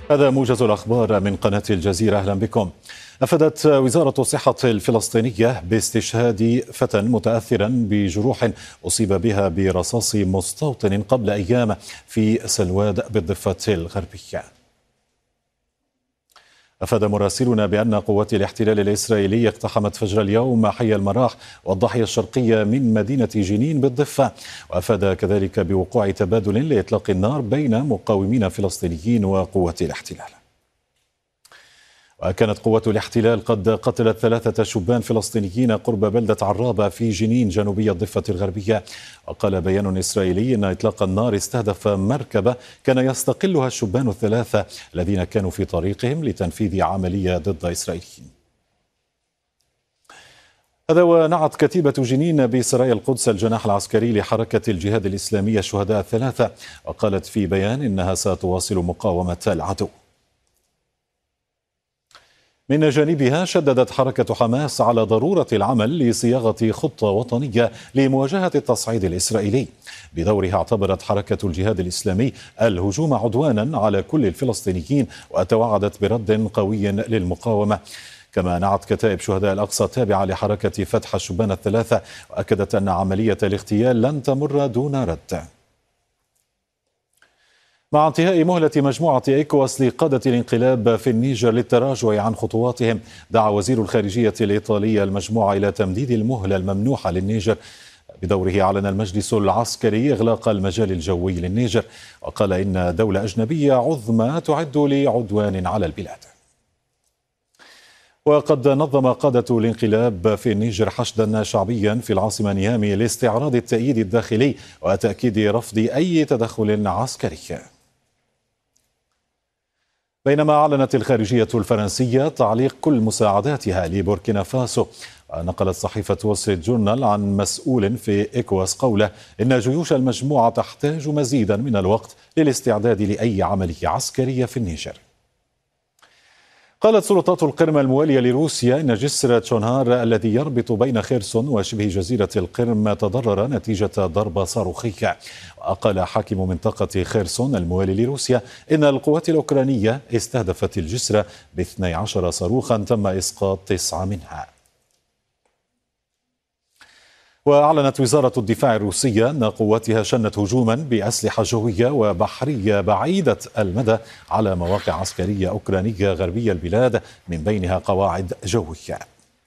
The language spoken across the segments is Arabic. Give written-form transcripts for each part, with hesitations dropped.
هذا موجز الأخبار من قناة الجزيرة، أهلا بكم. أفادت وزارة الصحة الفلسطينية باستشهاد فتى متأثرا بجروح أصيب بها برصاص مستوطن قبل أيام في سلواد بالضفة الغربية. أفاد مراسلنا بأن قوات الاحتلال الإسرائيلي اقتحمت فجر اليوم حي المراح والضاحية الشرقية من مدينة جنين بالضفة، وأفاد كذلك بوقوع تبادل لإطلاق النار بين مقاومين فلسطينيين وقوات الاحتلال. وكانت قوات الاحتلال قد قتلت 3 شبان فلسطينيين قرب بلدة عرابة في جنين جنوبي الضفة الغربية. وقال بيان إسرائيلي أن إطلاق النار استهدف مركبة كان يستقلها الشبان ال3 الذين كانوا في طريقهم لتنفيذ عملية ضد إسرائيليين. هذا ونعت كتيبة جنين بسرايا القدس الجناح العسكري لحركة الجهاد الإسلامي الشهداء ال3، وقالت في بيان إنها ستواصل مقاومة العدو. من جانبها شددت حركة حماس على ضرورة العمل لصياغة خطة وطنية لمواجهة التصعيد الإسرائيلي. بدورها اعتبرت حركة الجهاد الإسلامي الهجوم عدوانا على كل الفلسطينيين، وتوعدت برد قوي للمقاومة. كما نعت كتائب شهداء الأقصى التابعة لحركة فتح الشبان ال3، وأكدت أن عملية الاغتيال لن تمر دون رد. مع انتهاء مهلة مجموعة إيكواس لقادة الانقلاب في النيجر للتراجع عن خطواتهم، دعا وزير الخارجية الإيطالي المجموعة إلى تمديد المهلة الممنوحة للنيجر. بدوره أعلن المجلس العسكري إغلاق المجال الجوي للنيجر، وقال إن دولة أجنبية عظمى تعد لعدوان على البلاد. وقد نظم قادة الانقلاب في النيجر حشدا شعبيا في العاصمة نيامي لاستعراض التأييد الداخلي وتأكيد رفض أي تدخل عسكري. بينما أعلنت الخارجية الفرنسية تعليق كل مساعداتها لبوركينا فاسو. نقلت صحيفة وول ستريت جورنال عن مسؤول في إيكواس قوله إن جيوش المجموعة تحتاج مزيدا من الوقت للاستعداد لأي عملية عسكرية في النيجر. قالت سلطات القرم الموالية لروسيا إن جسر تشونهار الذي يربط بين خيرسون وشبه جزيرة القرم تضرر نتيجة ضربة صاروخية. وقال حاكم منطقة خيرسون الموالي لروسيا إن القوات الأوكرانية استهدفت الجسر ب12 صاروخا تم إسقاط 9 منها. وأعلنت وزارة الدفاع الروسية أن قواتها شنت هجوما بأسلحة جوية وبحرية بعيدة المدى على مواقع عسكرية أوكرانية غربية البلاد، من بينها قواعد جوية.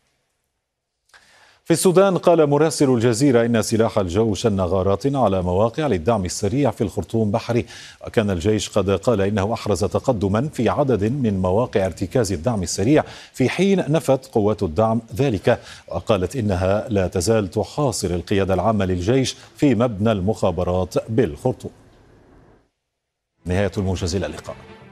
في السودان قال مراسل الجزيرة إن سلاح الجو شن غارات على مواقع للدعم السريع في الخرطوم بحري، وكان الجيش قد قال إنه أحرز تقدما في عدد من مواقع ارتكاز الدعم السريع، في حين نفت قوات الدعم ذلك، وقالت إنها لا تزال تحاصر القيادة العامة للجيش في مبنى المخابرات بالخرطوم. نهاية الموجز، إلى اللقاء.